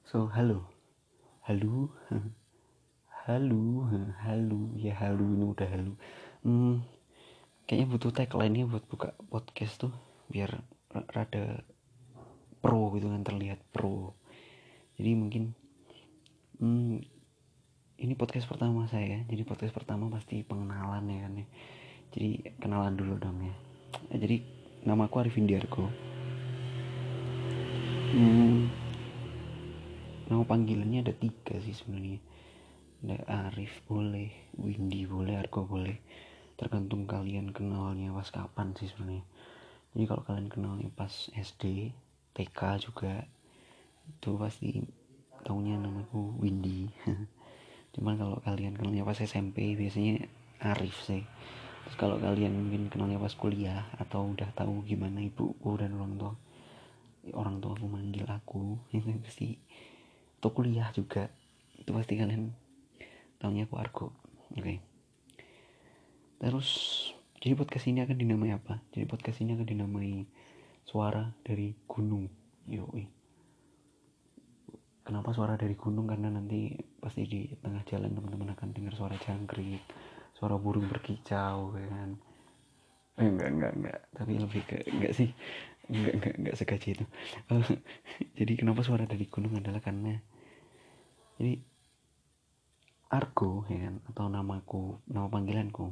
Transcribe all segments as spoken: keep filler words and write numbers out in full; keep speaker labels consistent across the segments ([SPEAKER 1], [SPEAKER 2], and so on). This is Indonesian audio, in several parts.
[SPEAKER 1] So, halo, halo, halo, halo, ya halo ini udah halo. Hmm, kayaknya butuh tagline-nya buat buka podcast tuh, biar rada pro gitu kan, terlihat pro. Jadi mungkin, hmm, ini podcast pertama saya. Jadi podcast pertama pasti pengenalan ya kan ya. Jadi kenalan dulu dong ya. Jadi nama aku Arifin Diargo. Hmm, nama panggilannya ada tiga sih sebenarnya. Ada Arif boleh, Windy boleh, Argo boleh, tergantung kalian kenalnya pas kapan sih sebenarnya. Jadi kalau kalian kenalnya pas S D, T K juga, itu pasti taunya namaku Windy. Cuman kalau kalian kenalnya pas S M P biasanya Arif sih. Terus kalau kalian mungkin kenalnya pas kuliah atau udah tahu gimana ibuku dan orang tua orang tua aku manggil aku, itu pasti, atau kuliah juga, itu pasti kalian taunya aku Argo. Oke. Okay. Terus jadi podcast ini akan dinamai apa? Jadi podcast ini akan dinamai Suara dari Gunung. Yoi. Kenapa suara dari gunung? Karena nanti pasti di tengah jalan teman-teman akan dengar suara jangkrik, suara burung berkicau, kan? Eh, enggak enggak enggak. Tapi lebih ke enggak sih. Enggak enggak enggak segaji itu. Jadi kenapa suara dari gunung adalah karena jadi Argo ya kan, atau namaku, nama panggilanku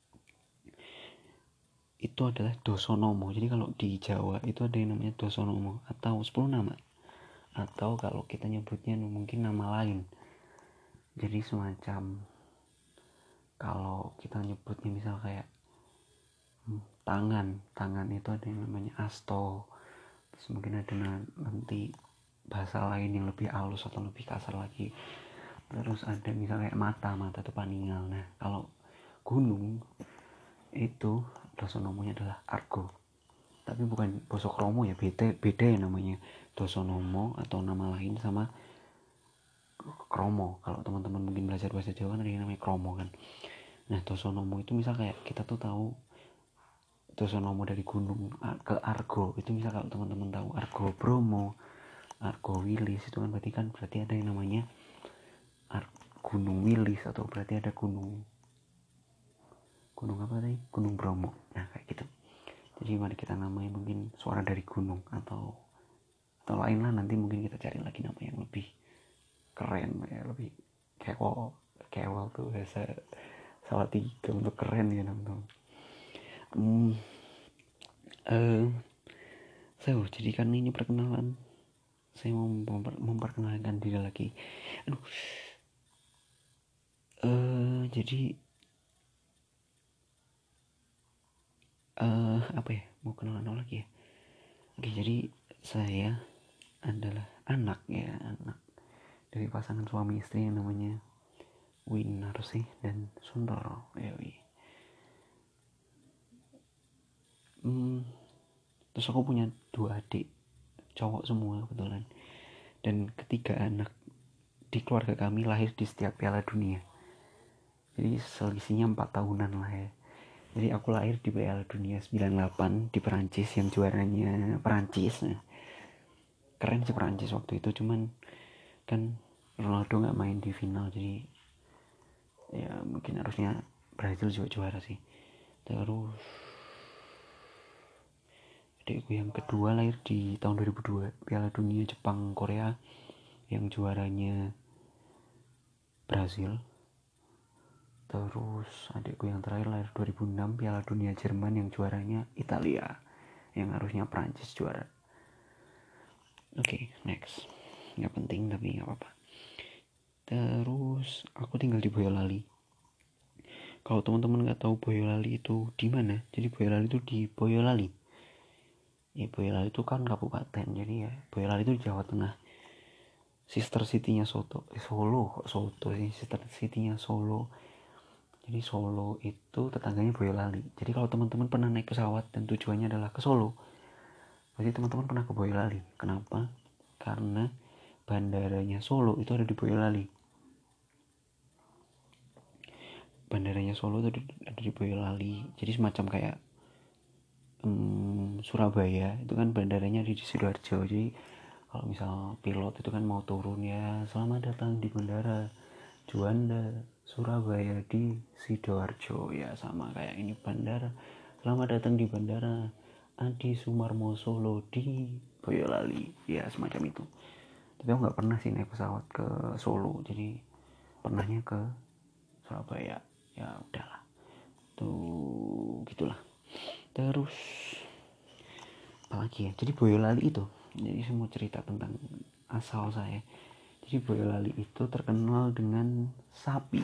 [SPEAKER 1] itu adalah Dosonomo. Jadi kalau di Jawa itu ada yang namanya Dosonomo atau sepuluh nama, atau kalau kita nyebutnya mungkin nama lain. Jadi semacam kalau kita nyebutnya misal kayak hmm, tangan tangan itu ada yang namanya asto. Terus mungkin ada nanti bahasa lain yang lebih halus atau lebih kasar lagi. Terus ada misalnya kayak mata mata itu paningal. Nah kalau gunung itu Dosonomonya adalah Argo, tapi bukan Bosok Romo ya, beda beda ya namanya. Dosonomo atau nama lain sama Kromo. Kalau teman-teman mungkin belajar bahasa Jawa kan ada yang namanya Kromo kan. Nah Dosonomo itu misal kayak kita tuh tahu Dosonomo dari gunung ke Argo, itu misal kalau teman-teman tahu Argo Bromo, Argo Wilis, itu kan berarti kan berarti ada yang namanya Ar- Gunung Wilis, atau berarti ada gunung gunung apa tadi, Gunung Bromo. Nah kayak gitu. Jadi mari kita namai mungkin suara dari gunung, atau atau lain lah, nanti mungkin kita cari lagi nama yang lebih keren ya, lebih kewal kewal tuh bahasa salah tiga untuk keren ya teman-teman. hmm, uh, so jadi kan ini perkenalan, saya mau memper- memperkenalkan diri lagi. Aduh. Uh, jadi uh, apa ya, mau kenalan apa lagi ya? Oke, jadi saya adalah anak ya, anak dari pasangan suami istri yang namanya Winarsih dan Suntoro. Yoi. Hmm, terus aku punya dua adik cowok semua kebetulan, dan ketiga anak di keluarga kami lahir di setiap Piala Dunia. Jadi selisihnya empat tahunan lah ya. Jadi aku lahir di Piala Dunia sembilan puluh delapan di Perancis, yang juaranya Perancis. Nah, keren sih Perancis waktu itu, cuman kan Ronaldo nggak main di final, jadi ya mungkin harusnya Brazil juga juara sih. Terus adikku yang kedua lahir di tahun dua ribu dua, Piala Dunia Jepang Korea, yang juaranya Brazil. Terus adikku yang terakhir lahir dua ribu enam, Piala Dunia Jerman, yang juaranya Italia, yang harusnya Prancis juara. Oke, okay, next. Nggak penting tapi nggak apa-apa. Terus aku tinggal di Boyolali. Kalau teman-teman nggak tahu Boyolali itu di mana, jadi Boyolali itu di Boyolali. Ya Boyolali itu kan kabupaten, jadi ya Boyolali itu di Jawa Tengah. Sister city-nya Soto, eh, Solo kok Soto sih, sister city-nya Solo. Jadi Solo itu tetangganya Boyolali. Jadi kalau teman-teman pernah naik pesawat dan tujuannya adalah ke Solo, berarti teman-teman pernah ke Boyolali. Kenapa? Karena bandaranya Solo itu ada di Boyolali. Bandaranya Solo itu ada di Boyolali. Jadi semacam kayak um, Surabaya itu kan bandaranya di Sidoarjo. Jadi kalau misal pilot itu kan mau turun ya, selamat datang di bandara Juanda Surabaya di Sidoarjo, ya sama kayak ini bandara, selamat datang di bandara Adi Sumarmo Solo di Boyolali, ya semacam itu. Tapi aku nggak pernah sih naik pesawat ke Solo, jadi pernahnya ke Surabaya, ya udahlah tuh gitulah. Terus apalagi ya, jadi Boyolali itu, jadi semua cerita tentang asal saya. Jadi Boyolali itu terkenal dengan sapi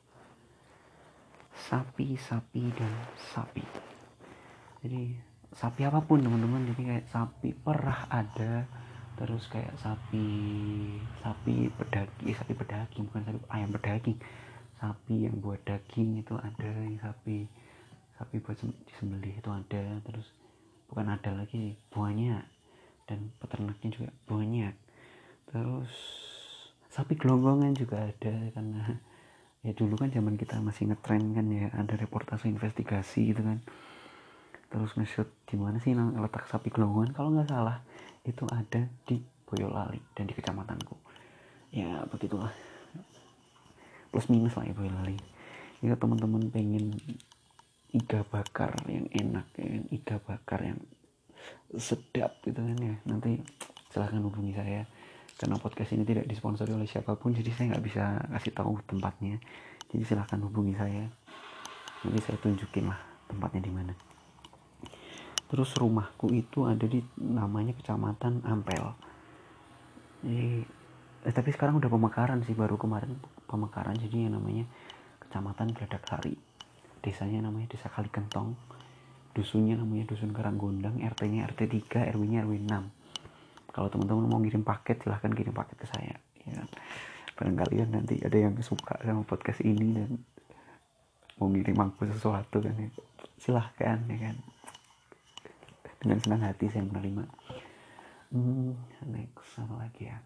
[SPEAKER 1] sapi sapi dan sapi. Jadi sapi apapun teman-teman, jadi kayak sapi perah ada, terus kayak sapi sapi pedaging, sapi pedaging bukan sapi ayam pedaging, sapi yang buat daging itu ada, yang sapi sapi buat disembelih itu ada, terus bukan ada lagi, banyak, dan peternaknya juga banyak. Terus sapi gelonggongan juga ada, karena ya dulu kan zaman kita masih ngetren kan ya, ada reportase investigasi gitu kan, terus nge-shoot di mana sih letak sapi gelonggongan, kalau nggak salah itu ada di Boyolali dan di kecamatanku. Ya begitulah, plus minus lah ya Boyolali. Jika teman-teman pengen iga bakar yang enak, ya, iga bakar yang sedap gitu kan ya, nanti silahkan hubungi saya, karena podcast ini tidak disponsori oleh siapapun, jadi saya nggak bisa kasih tahu tempatnya, jadi silahkan hubungi saya, nanti saya tunjukin lah tempatnya di mana. Terus rumahku itu ada di namanya Kecamatan Ampel. Jadi, eh, tapi sekarang udah pemekaran sih, baru kemarin pemekaran, jadi yang namanya Kecamatan Geladak Sari. Desanya namanya Desa Kalikentong. Dusunnya namanya Dusun Karanggondang, R T-nya R T tiga, R W-nya R W enam. Kalau teman-teman mau ngirim paket, silahkan kirim paket ke saya. Ya. Barangkali nanti ada yang suka sama podcast ini dan mau ngirim aku sesuatu kan ya. Silahkan ya kan. Dengan senang hati saya menerima. Hmm, next apa lagi ya?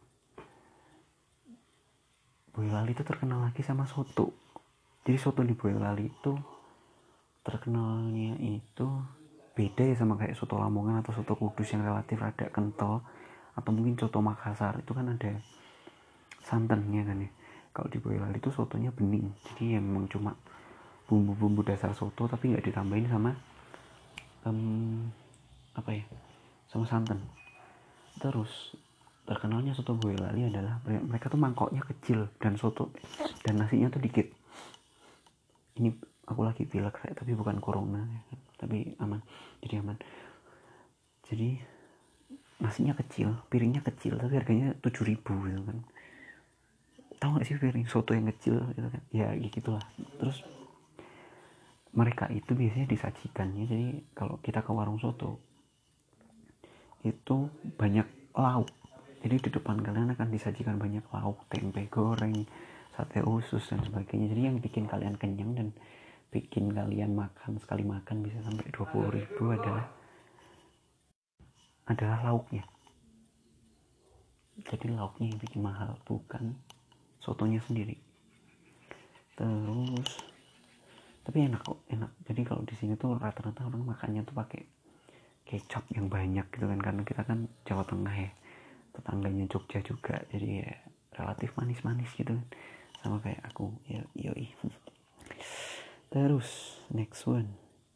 [SPEAKER 1] Boyolali itu terkenal lagi sama soto. Jadi soto di Boyolali itu terkenalnya itu beda ya sama kayak soto Lamongan atau soto Kudus yang relatif rada kental, atau mungkin soto Makassar itu kan ada santannya kan ya. Kalau di Boyolali itu sotonya bening, jadi ya memang cuma bumbu-bumbu dasar soto tapi nggak ditambahin sama um, apa ya, sama santan. Terus terkenalnya soto Boyolali adalah mereka tuh mangkoknya kecil dan soto dan nasinya tuh dikit. Ini aku lagi pilek saya, tapi bukan corona ya kan? Tapi aman, jadi aman. Jadi nasinya kecil, piringnya kecil, tapi harganya tujuh ribu gitu kan. Tahu gak sih piring soto yang kecil gitu kan, ya gitulah. Terus mereka itu biasanya disajikannya, jadi kalau kita ke warung soto itu banyak lauk, jadi di depan kalian akan disajikan banyak lauk, tempe goreng, sate usus dan sebagainya. Jadi yang bikin kalian kenyang dan bikin kalian makan sekali makan bisa sampai dua puluh ribu adalah adalah lauknya. Jadi lauknya yang bikin mahal, bukan sotonya sendiri. Terus tapi enak kok, enak. Jadi kalau di sini tuh rata-rata orang makannya tuh pakai kecap yang banyak gitu kan, karena kita kan Jawa Tengah ya, tetangganya Jogja juga, jadi ya relatif manis-manis gitu kan, sama kayak aku ya, yoi. Terus next one,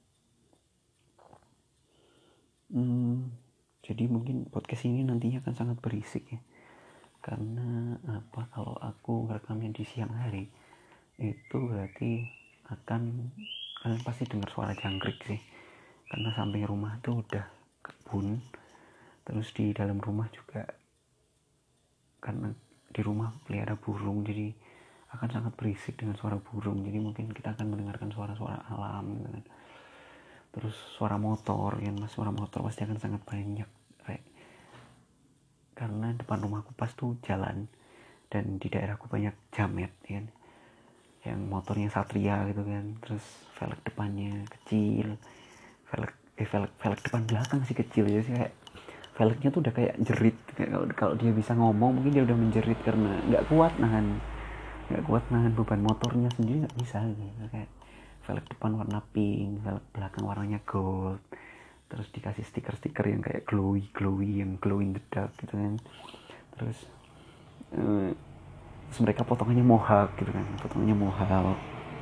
[SPEAKER 1] hmm, jadi mungkin podcast ini nantinya akan sangat berisik ya, karena apa, kalau aku merekamnya di siang hari itu berarti akan kalian pasti dengar suara jangkrik sih, karena samping rumah tuh udah kebun, terus di dalam rumah juga karena di rumah pelihara burung, jadi akan sangat berisik dengan suara burung, jadi mungkin kita akan mendengarkan suara-suara alam gitu kan. Terus suara motor ya mas, suara motor pasti akan sangat banyak kayak, karena depan rumahku pas tuh jalan dan di daerahku banyak jamet ya kan, yang motornya Satria gitu kan, terus velg depannya kecil, velg eh velg velg depan belakang sih kecil ya sih, kayak velgnya tuh udah kayak jerit, kayak kalau kalau dia bisa ngomong mungkin dia udah menjerit karena nggak kuat nahan nggak kuat nahan beban motornya sendiri, nggak bisa gitu. Kayak velg depan warna pink, velg belakang warnanya gold, terus dikasih stiker-stiker yang kayak glowy glowy yang glow in the dark gitu kan. terus uh, terus mereka potongannya mohawk gitu kan, potongannya mohawk.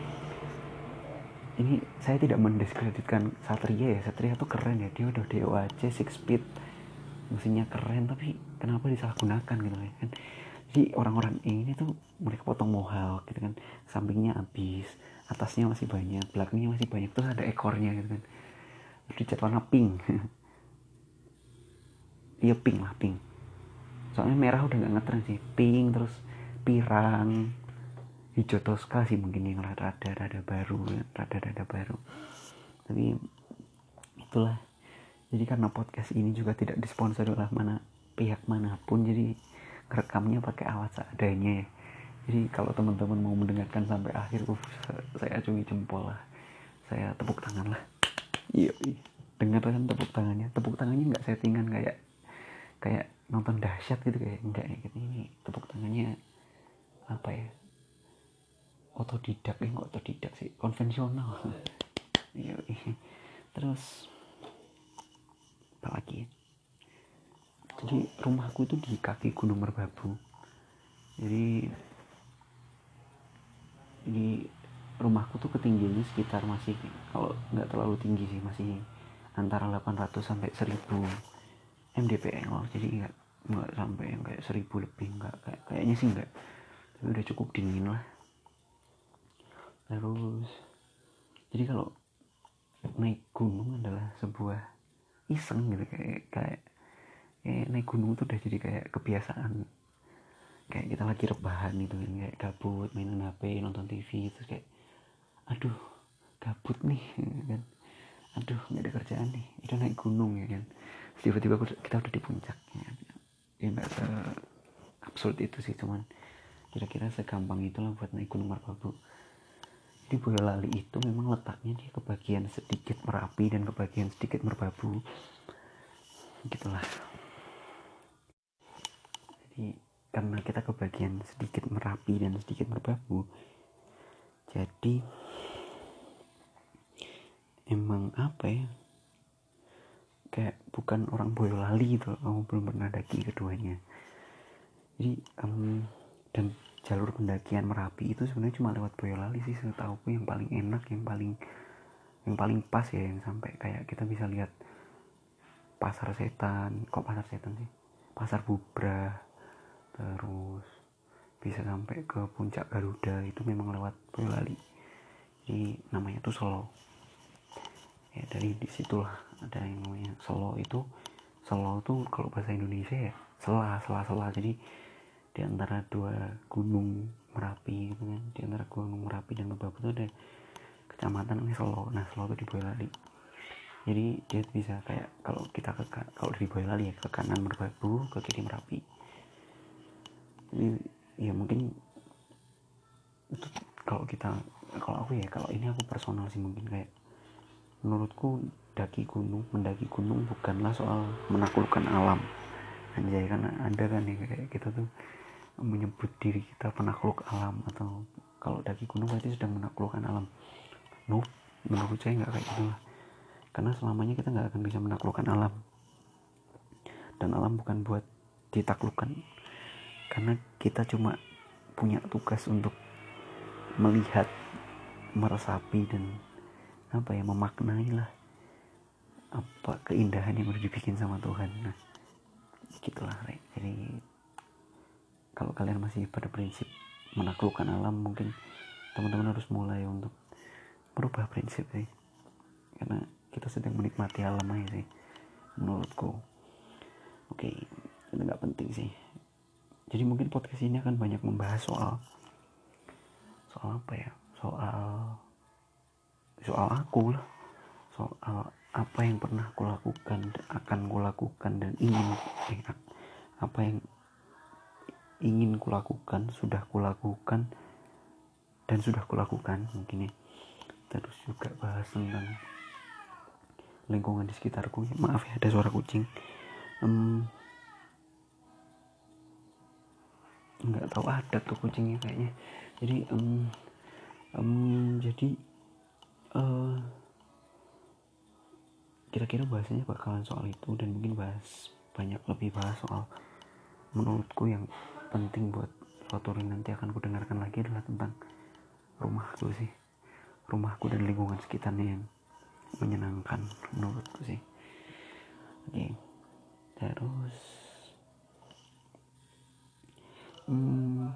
[SPEAKER 1] Ini saya tidak mendiskreditkan Satria ya, Satria tuh keren ya, dia udah D O A C six speed, mesinnya keren, tapi kenapa disalahgunakan gitu kan. Jadi orang-orang ini tuh mereka potong mohawk gitu kan, sampingnya habis, atasnya masih banyak, belakangnya masih banyak, terus ada ekornya gitu kan, terus dicat warna pink. Iya pink lah, pink, soalnya merah udah gak ngetren sih, pink terus pirang, hijau toska sih mungkin yang rada-rada baru, rada-rada baru. Tapi itulah, jadi karena podcast ini juga tidak disponsori oleh mana pihak manapun, jadi ngerekamnya pakai alat seadanya ya. Jadi kalau teman-teman mau mendengarkan sampai akhir, uh, saya acungi jempol lah, saya tepuk tangan lah. Iya, dengar kan tepuk tangannya, tepuk tangannya nggak settingan kayak kayak nonton dahsyat gitu, kayak enggak ya gitu. Ini tepuk tangannya apa ya, otodidak, eh nggak otodidak sih, konvensional. Iya, terus apa lagi ya? Jadi rumahku itu di kaki Gunung Merbabu. Jadi di rumahku tuh ketinggiannya sekitar, masih kalau nggak terlalu tinggi sih, masih antara delapan ratus sampai seribu mdpl. Jadi nggak nggak sampai yang kayak seribu lebih, nggak kayak, kayaknya sih nggak, tapi udah cukup dingin lah. Terus jadi kalau naik gunung adalah sebuah iseng gitu, kayak kayak, kayak naik gunung tuh udah jadi kayak kebiasaan, kayak kita lagi rebahan gitu kan, kayak gabut mainin H P, nonton T V, terus kayak aduh gabut nih kan, aduh nggak ada kerjaan nih, udah naik gunung ya kan, tiba-tiba kita udah di puncak ya kan. Ya nggak se absurd itu sih, cuman kira-kira segampang itulah buat naik Gunung Merbabu. Jadi Boyolali itu memang letaknya di kebagian sedikit Merapi dan kebagian sedikit Merbabu gitulah. Jadi karena kita kebagian sedikit Merapi dan sedikit Merbabu, jadi emang apa ya, kayak bukan orang Boyolali gitu, kamu belum pernah daki keduanya. Jadi um, dan jalur pendakian Merapi itu sebenarnya cuma lewat Boyolali sih setahuku, yang paling enak, yang paling yang paling pas ya, yang sampai kayak kita bisa lihat pasar setan, kok pasar setan sih, pasar Bubrah, terus bisa sampai ke puncak Garuda, itu memang lewat Boyolali. Jadi namanya tuh Selo ya, dari disitulah ada yang namanya Selo. Itu Selo tuh kalau bahasa Indonesia ya sela sela sela, jadi di antara dua gunung Merapi gitu kan, di antara gunung Merapi dan Merbabu itu ada kecamatan namanya Selo. Nah Selo itu di Boyolali, jadi dia bisa kayak kalau kita ke, kalau dari Boyolali ya ke kanan Merbabu, ke kiri Merapi. Jadi ya mungkin itu kalau kita, kalau aku ya, kalau ini aku personal sih, mungkin kayak menurutku daki gunung, mendaki gunung bukanlah soal menaklukkan alam. Anjay, kan ada kan ya kayak kita tuh menyebut diri kita penakluk alam, atau kalau daki gunung berarti sedang menaklukkan alam. No, menurut saya nggak kayak gitu lah, karena selamanya kita nggak akan bisa menaklukkan alam, dan alam bukan buat ditaklukkan, karena kita cuma punya tugas untuk melihat, meresapi, dan apa ya, memaknai lah apa keindahan yang udah dibikin sama Tuhan. Nah gitulah Rek. Jadi kalau kalian masih pada prinsip menaklukkan alam, mungkin teman-teman harus mulai untuk merubah prinsip sih, karena kita sedang menikmati alam aja sih menurutku. Oke, itu nggak penting sih. Jadi mungkin podcast ini akan banyak membahas soal soal apa ya, soal soal aku lah, soal apa yang pernah aku lakukan, akan aku lakukan, dan ingin eh, apa yang ingin kulakukan, sudah kulakukan, dan sudah kulakukan mungkin ya. Terus juga bahas tentang lingkungan di sekitarku ya, maaf ya ada suara kucing. um, nggak tahu ada tuh kucingnya kayaknya. Jadi um, um, jadi uh, kira-kira bahasanya bakalan soal itu, dan mungkin bahas banyak lebih bahas soal menurutku yang penting buat suatu hari nanti akan ku dengarkan lagi adalah tentang rumahku sih, rumahku dan lingkungan sekitarnya yang menyenangkan menurutku sih. Oke, terus hmm,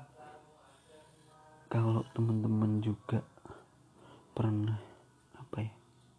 [SPEAKER 1] kalau teman-teman juga pernah apa ya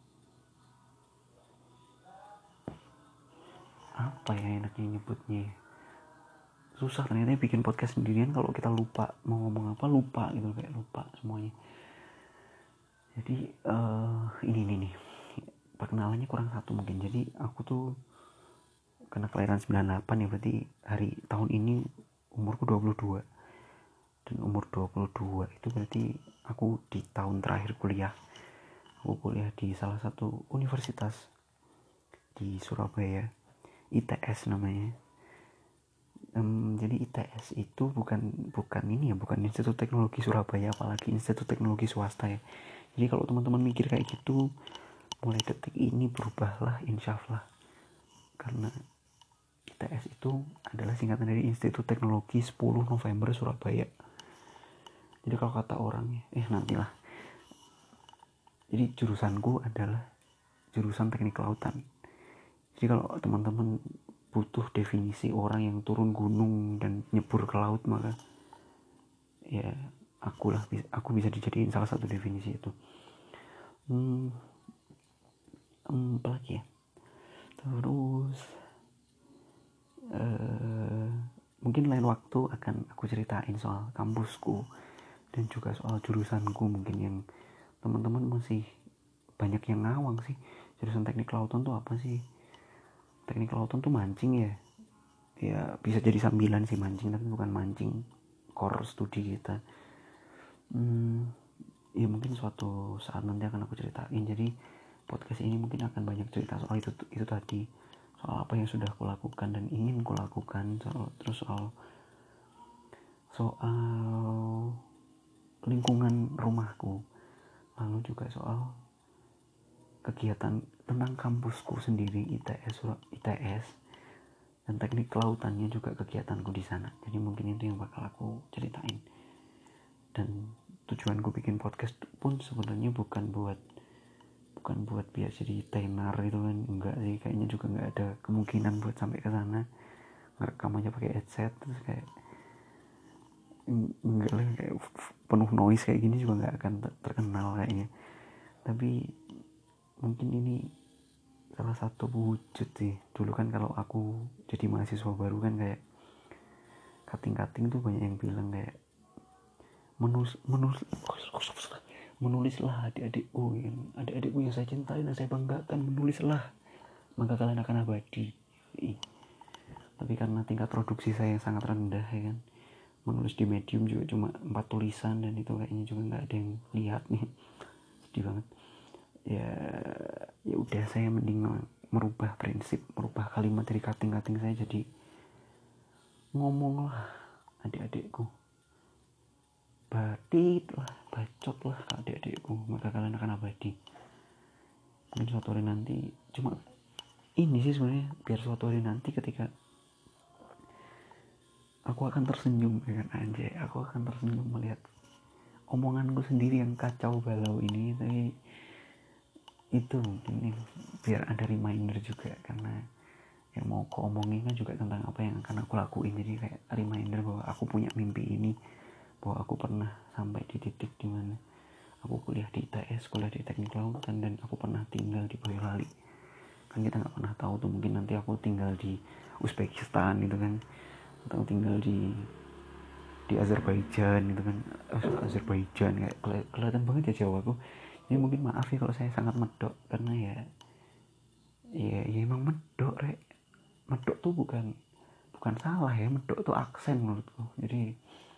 [SPEAKER 1] apa ya enaknya nyebutnya, susah ternyata bikin podcast sendirian kalau kita lupa mau ngomong apa, lupa gitu, kayak lupa semuanya. Jadi uh, ini nih nih perkenalannya kurang satu mungkin. Jadi aku tuh karena kelahiran sembilan puluh delapan ya, berarti hari tahun ini umurku dua puluh dua, dan umur dua puluh dua itu berarti aku di tahun terakhir kuliah. Aku kuliah di salah satu universitas di Surabaya, I T S namanya. Um, jadi I T S itu bukan bukan ini ya, bukan Institut Teknologi Surabaya, apalagi Institut Teknologi swasta ya. Jadi kalau teman-teman mikir kayak gitu, mulai detik ini berubahlah, insya Allah. Karena I T S itu adalah singkatan dari Institut Teknologi sepuluh November Surabaya. Jadi kalau kata orangnya, eh nantilah. Jadi jurusanku adalah jurusan teknik kelautan. Jadi kalau teman-teman butuh definisi orang yang turun gunung dan nyebur ke laut, maka ya akulah, aku bisa dijadiin salah satu definisi itu. Hmm, hmm apa lagi ya? Terus uh, mungkin lain waktu akan aku ceritain soal kampusku dan juga soal jurusanku, mungkin yang teman-teman masih banyak yang ngawang sih, jurusan teknik kelautan tuh apa sih? Teknik kelautan tuh mancing ya, ya bisa jadi sambilan sih mancing, tapi bukan mancing core studi kita. Hmm, ya mungkin suatu saat nanti akan aku ceritain. Jadi podcast ini mungkin akan banyak cerita soal itu itu tadi, soal apa yang sudah aku lakukan dan ingin aku lakukan, soal, terus soal soal lingkungan rumahku, lalu juga soal kegiatan tentang kampusku sendiri, I T S I T S dan teknik kelautannya juga kegiatanku di sana. Jadi mungkin itu yang bakal aku ceritain. Dan tujuanku bikin podcast pun sebenarnya bukan buat bukan buat biar jadi tenar gitu kan, enggak sih, kayaknya juga nggak ada kemungkinan buat sampai ke sana. Ngerekam aja pakai headset terus kayak enggak lah, kayak penuh noise kayak gini juga nggak akan terkenal kayaknya. Tapi mungkin ini salah satu wujud sih. Dulu kan kalau aku jadi mahasiswa baru kan kayak kating-kating tuh banyak yang bilang kayak menulis menulis menulislah adik-adikku yang adik-adikku yang saya cintai dan saya banggakan, menulislah maka kalian akan abadi. Tapi karena tingkat produksi saya yang sangat rendah ya kan, menulis di Medium juga cuma empat tulisan dan itu kayaknya juga nggak ada yang lihat nih, sedih banget. Ya ya udah, saya mending merubah prinsip, merubah kalimat dari kating-kating saya jadi ngomonglah adik-adikku, badit lah, bacot lah adik-adikku, maka kalian akan abadi. Mungkin suatu hari nanti, cuma ini sih sebenarnya biar suatu hari nanti ketika aku akan tersenyum ya kan, anjay, aku akan tersenyum melihat omonganku sendiri yang kacau balau ini. Tapi itu mungkin biar ada reminder juga, karena yang mau aku omongin kan juga tentang apa yang akan aku lakuin. Jadi kayak reminder bahwa aku punya mimpi ini, bahwa aku pernah sampai di titik dimana aku kuliah di I T S, kuliah di teknik kelautan, dan aku pernah tinggal di Boyolali. Kan kita nggak pernah tahu tuh, mungkin nanti aku tinggal di Uzbekistan gitu kan, atau tinggal di di Azerbaijan gitu kan. Azerbaijan kayak kelihatan banget ya Jawa aku. Jadi mungkin maaf ya kalau saya sangat medok, karena ya ya, ya emang medok rek. Medok tuh bukan bukan salah ya, medok tuh aksen menurutku. Jadi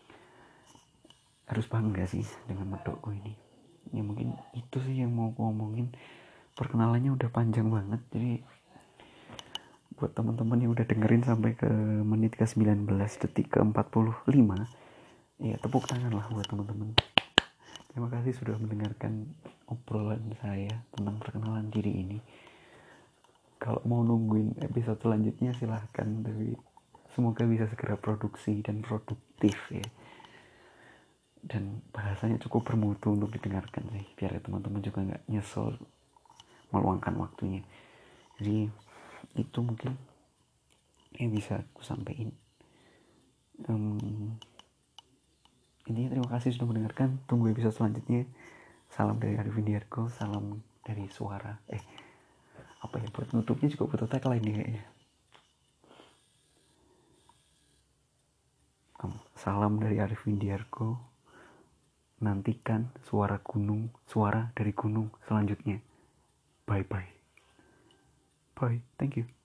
[SPEAKER 1] harus bangga sih dengan medokku ini. Ya mungkin itu sih yang mau aku omongin. Perkenalannya udah panjang banget, jadi buat teman-teman yang udah dengerin sampai ke menit ke sembilan belas detik ke empat puluh lima, ya tepuk tangan lah buat teman-teman. Terima kasih sudah mendengarkan obrolan saya tentang perkenalan diri ini. Kalau mau nungguin episode selanjutnya silahkan, tapi semoga bisa segera produksi dan produktif ya, dan bahasanya cukup bermutu untuk didengarkan sih, biar teman-teman juga nggak nyesel meluangkan waktunya. Jadi itu mungkin yang bisa aku sampaikan. um, intinya terima kasih sudah mendengarkan, tunggu episode selanjutnya. Salam dari Arifin Diarko, salam dari suara eh apa ya, buat nutupnya juga butuh tagline nih kayaknya. um, salam dari Arifin Diarko, nantikan suara gunung suara dari gunung selanjutnya. Bye bye bye, thank you.